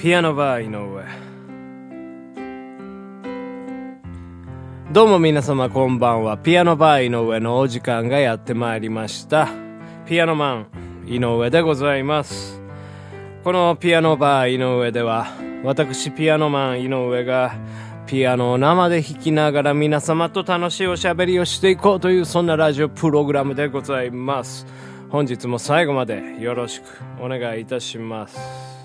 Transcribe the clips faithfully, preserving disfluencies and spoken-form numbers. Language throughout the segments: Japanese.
ピアノバー井上。どうも皆様こんばんは。ピアノバー井上のお時間がやってまいりました。ピアノマン井上でございます。このピアノバー井上では、私ピアノマン井上がピアノを生で弾きながら皆様と楽しいおしゃべりをしていこうという、そんなラジオプログラムでございます。本日も最後までよろしくお願いいたします。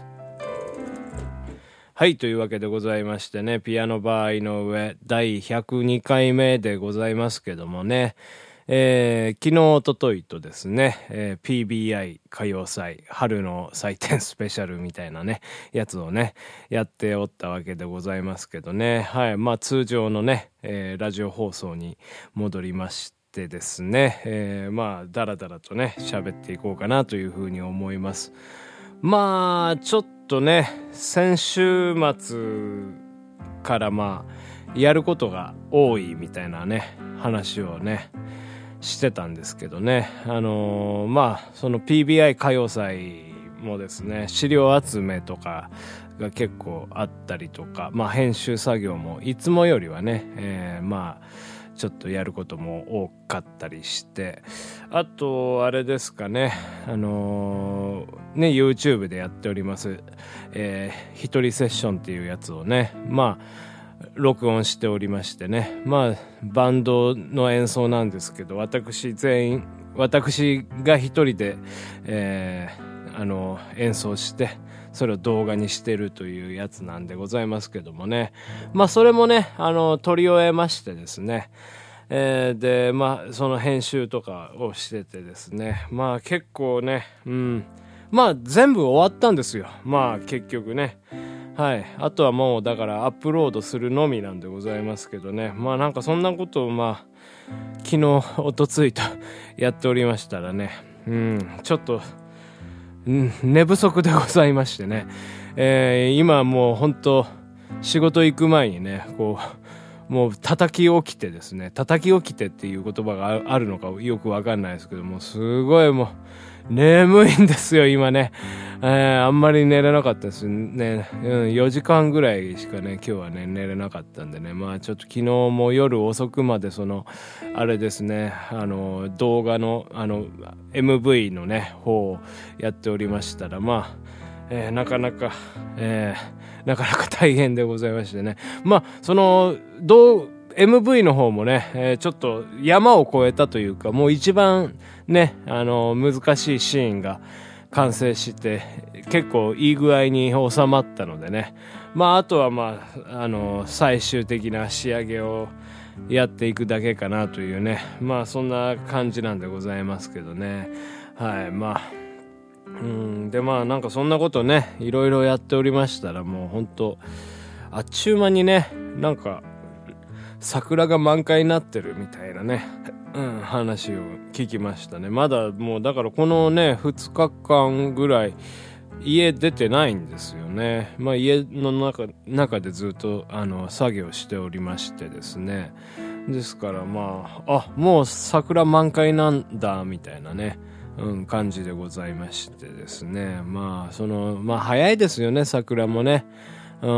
はい、というわけでございましてね、ピアノバー井上だいひゃくにかいめでございますけどもね、えー、昨日おとといとですね、えー、ピービーアイ 歌謡祭春の祭典スペシャルみたいなねやつをねやっておったわけでございますけどね、はい、まあ通常のね、えー、ラジオ放送に戻りましてですね、えー、まあだらだらとね喋っていこうかなというふうに思います。まあちょっとね先週末からまあやることが多いみたいなね話をねしてたんですけどね、あのー、まあその ピービーアイ 歌謡祭もですね資料集めとかが結構あったりとか、まあ編集作業もいつもよりはね、えー、まあちょっとやることも多かったりして、あとあれですかね、あのー、ね YouTube でやっております、えー、一人セッションっていうやつをね、まあ録音しておりましてね、まあバンドの演奏なんですけど、私全員私が一人で、えー、あの演奏してそれを動画にしてるというやつなんでございますけどもね、まあそれもねあの撮り終えましてですね、えー、でまあその編集とかをしててですね、まあ結構ね、うんまあ全部終わったんですよ。まあ結局ね、はい、あとはもうだからアップロードするのみなんでございますけどね、まあなんかそんなことをまあ昨日おとついとやっておりましたらね、うんちょっと寝不足でございましてね、えー、今もう本当仕事行く前にねこうもう叩き起きてですね、叩き起きてっていう言葉があるのかよくわかんないですけども、すごいもう眠いんですよ今ね、えー、あんまり寝れなかったですね、うん、よじかんぐらいしかね今日はね寝れなかったんでね、まあちょっと昨日も夜遅くまでそのあれですね、あの動画のあの エムブイ のね方をやっておりましたら、まあ、えー、なかなか、えー、なかなか大変でございましてね、まあそのどうエムブイ の方もね、えー、ちょっと山を越えたというか、もう一番ねあの難しいシーンが完成して結構いい具合に収まったのでね、まああとはまああの最終的な仕上げをやっていくだけかなというね、まあそんな感じなんでございますけどね、はいまあうんでまあなんかそんなことねいろいろやっておりましたら、もう本当あっちゅう間にねなんか桜が満開になってるみたいなね、うん、話を聞きましたね。まだもうだからこのねふつかかんぐらい家出てないんですよね。まあ家の中中でずっとあの作業しておりましてですね、ですからまああもう桜満開なんだみたいなね、うん、感じでございましてですね、まあそのまあ早いですよね桜もね、うん、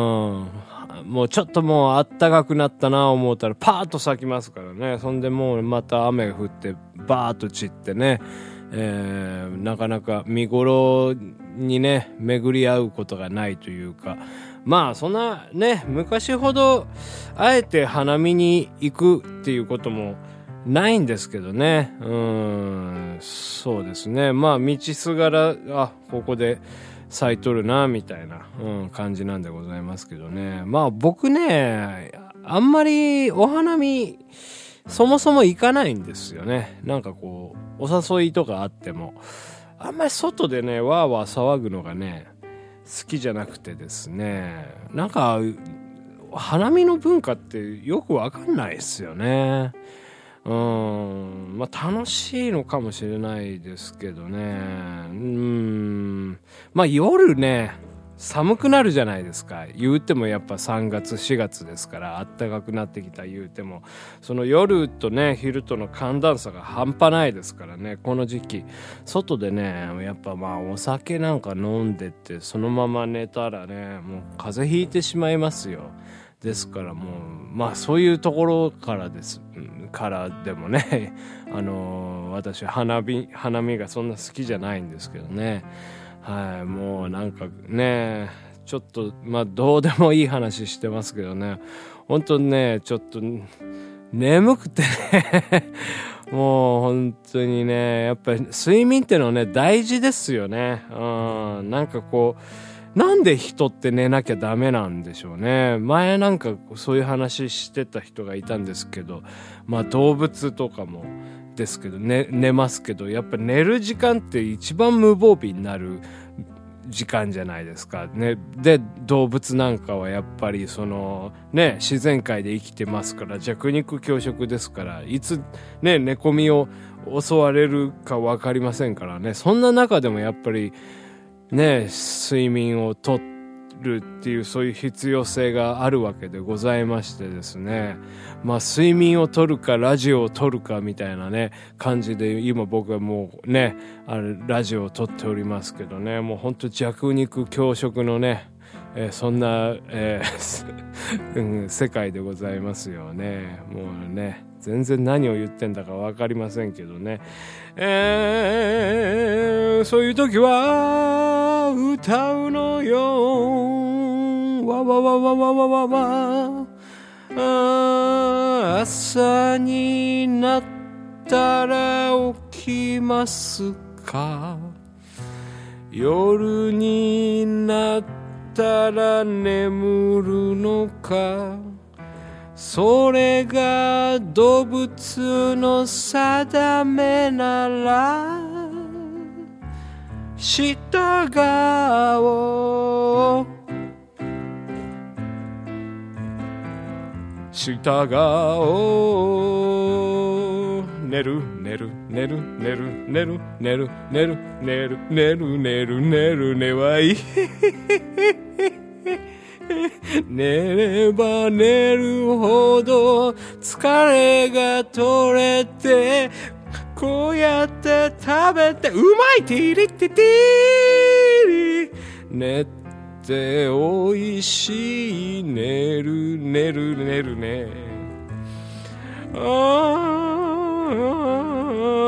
もうちょっともうあったかくなったな思ったらパーッと咲きますからね、そんでもうまた雨が降ってバーッと散ってね、えー、なかなか見頃にね巡り合うことがないというか、まあそんなね昔ほどあえて花見に行くっていうこともないんですけどね、うーんそうですね、まあ道すがらあここで咲いとるなみたいな、うん、感じなんでございますけどね、まあ僕ねあんまりお花見そもそも行かないんですよね。なんかこうお誘いとかあってもあんまり外でねわーわー騒ぐのがね好きじゃなくてですね、なんか花見の文化ってよくわかんないですよね。うーんまあ楽しいのかもしれないですけどね、うーんまあ夜ね寒くなるじゃないですか。言うてもやっぱさんがつしがつですから、暖かくなってきた言うても、その夜とね昼との寒暖差が半端ないですからね。この時期外でねやっぱまあお酒なんか飲んでってそのまま寝たらねもう風邪ひいてしまいますよ。ですからもうまあそういうところからですからでもねあのー、私花見花見がそんな好きじゃないんですけどね。はい、もうなんかねちょっとまあどうでもいい話してますけどね、本当にねちょっと眠くてねもう本当にねやっぱり睡眠ってのはね大事ですよね。うん、なんかこうなんで人って寝なきゃダメなんでしょうね。前なんかそういう話してた人がいたんですけど、まあ動物とかもですけど、ね、寝ますけどやっぱ寝る時間って一番無防備になる時間じゃないですかね。で動物なんかはやっぱりそのね自然界で生きてますから弱肉強食ですから、いつね寝込みを襲われるか分かりませんからね。そんな中でもやっぱりね睡眠をとるっていうそういう必要性があるわけでございましてですね、まあ睡眠をとるかラジオをとるかみたいなね感じで今僕はもうねあれラジオをとっておりますけどね、もうほんと弱肉強食のね、えー、そんな、えーうん、世界でございますよね。もうね全然何を言ってんだか分かりませんけどね、えー、そういう時は歌うのよわわわわわわわわ、あ朝になったら起きますか、夜になったら眠るのか、それが動物の定めなら従おう従おう、寝る寝る寝る寝る寝る寝る寝る寝る寝る寝る寝る寝はいい寝れば寝るほど疲れが取れて、こうやって食べてうまいティリティティリ、寝ておいしい、寝る寝る寝るね、あー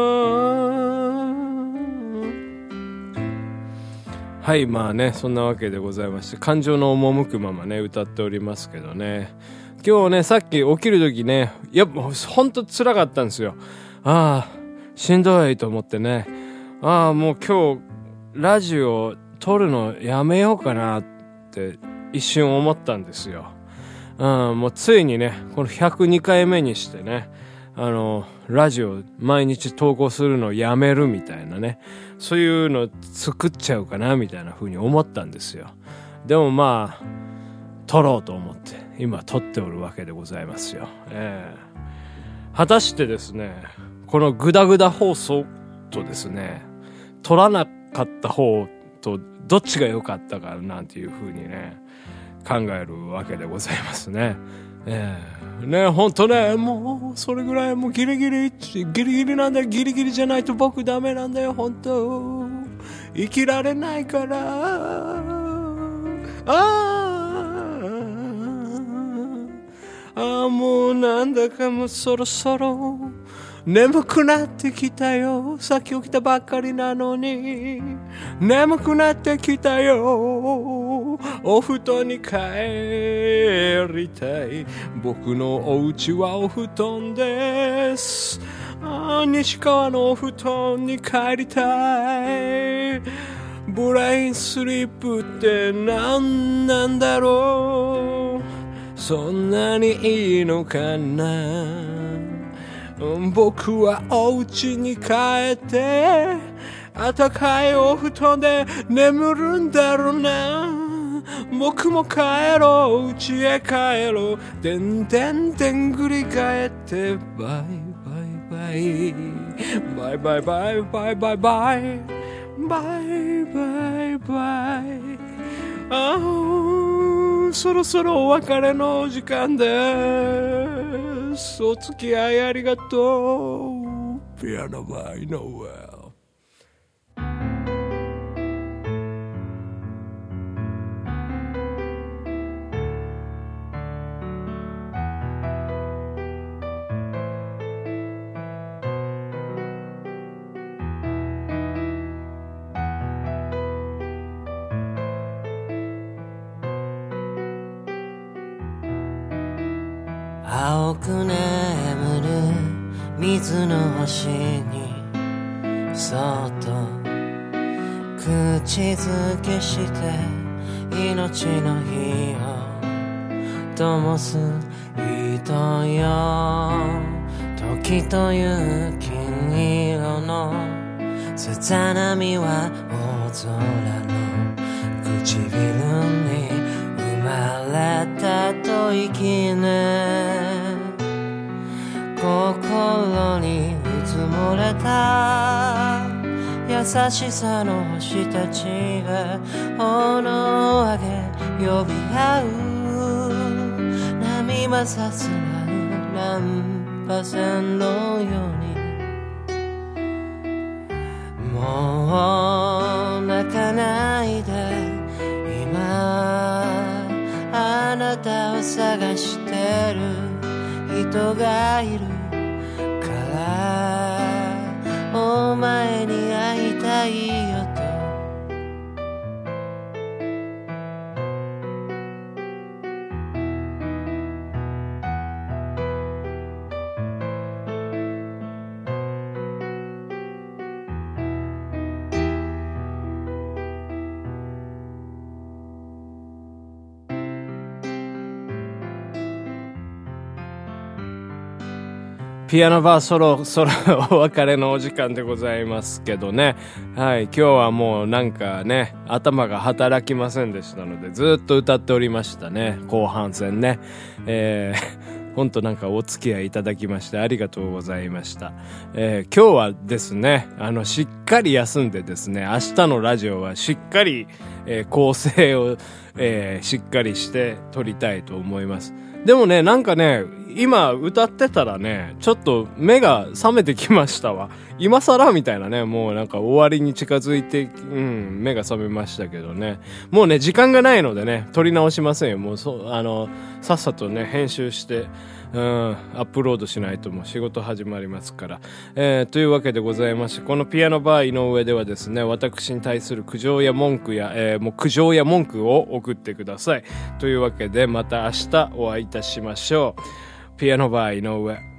はい、まあねそんなわけでございまして、感情の赴くままね歌っておりますけどね、今日ねさっき起きる時ねやっぱほんと辛かったんですよ。ああしんどいと思ってね、ああもう今日ラジオ撮るのやめようかなって一瞬思ったんですよ。うん、もうついにねこのひゃくにかいめにしてねあのラジオ毎日投稿するのをやめるみたいなね、そういうの作っちゃうかなみたいな風に思ったんですよ。でもまあ撮ろうと思って今撮っておるわけでございますよ。えー、果たしてですねこのグダグダ放送とですね撮らなかった方とどっちが良かったかなんていう風にね考えるわけでございますね。えー、ねほんとねもうそれぐらいもうギリギリギリギリなんだよ。ギリギリじゃないと僕ダメなんだよ。ほんと生きられないから。ああもうなんだかもうそろそろ眠くなってきたよ。さっき起きたばっかりなのに眠くなってきたよ。お布団に帰りたい。僕のお家はお布団です。あ西川のお布団に帰りたい。ブレインスリープって何なんだろう。そんなにいいのかな。僕はお家に帰って暖かいお布団で眠るんだろうな。僕も帰ろう家へ帰ろう。でんでんでんぐり返ってバイバイバイバイバイバイバイバイバイバイバイバイあーそろそろお別れのお時間です。お付き合いありがとう。ピアノバー井上。 青く眠る水の星にそっと口づけして命の火を灯す人よ。時という金色のさざ波は大空の唇に生まれたと生きね。心にうつもれた優しさの星たちが炎を上げ呼び合う。波はさすらう難破船のようにもう泣かないで。今あなたを探してる人がいるからお前に会いたいよと。 ピアノバーそろそろお別れのお時間でございますけどね。はい、今日はもうなんかね、頭が働きませんでしたので、ずっと歌っておりましたね。後半戦ね。えー、ほんとなんかお付き合いいただきましてありがとうございました。えー、今日はですね、あの、しっかり休んでですね、明日のラジオはしっかり、えー、構成を、えー、しっかりして撮りたいと思います。でもね、なんかね、今歌ってたらね、ちょっと目が覚めてきましたわ。今更みたいなね、もうなんか終わりに近づいて、うん、目が覚めましたけどね。もうね、時間がないのでね、撮り直しませんよ。もうそう、あの、さっさとね、編集して、うん、アップロードしないともう仕事始まりますから。えー、というわけでございまして、このピアノバー井上ではですね、私に対する苦情や文句や、えー、もう苦情や文句を送ってください。というわけで、また明日お会いいたしましょう。ピアノバー井上。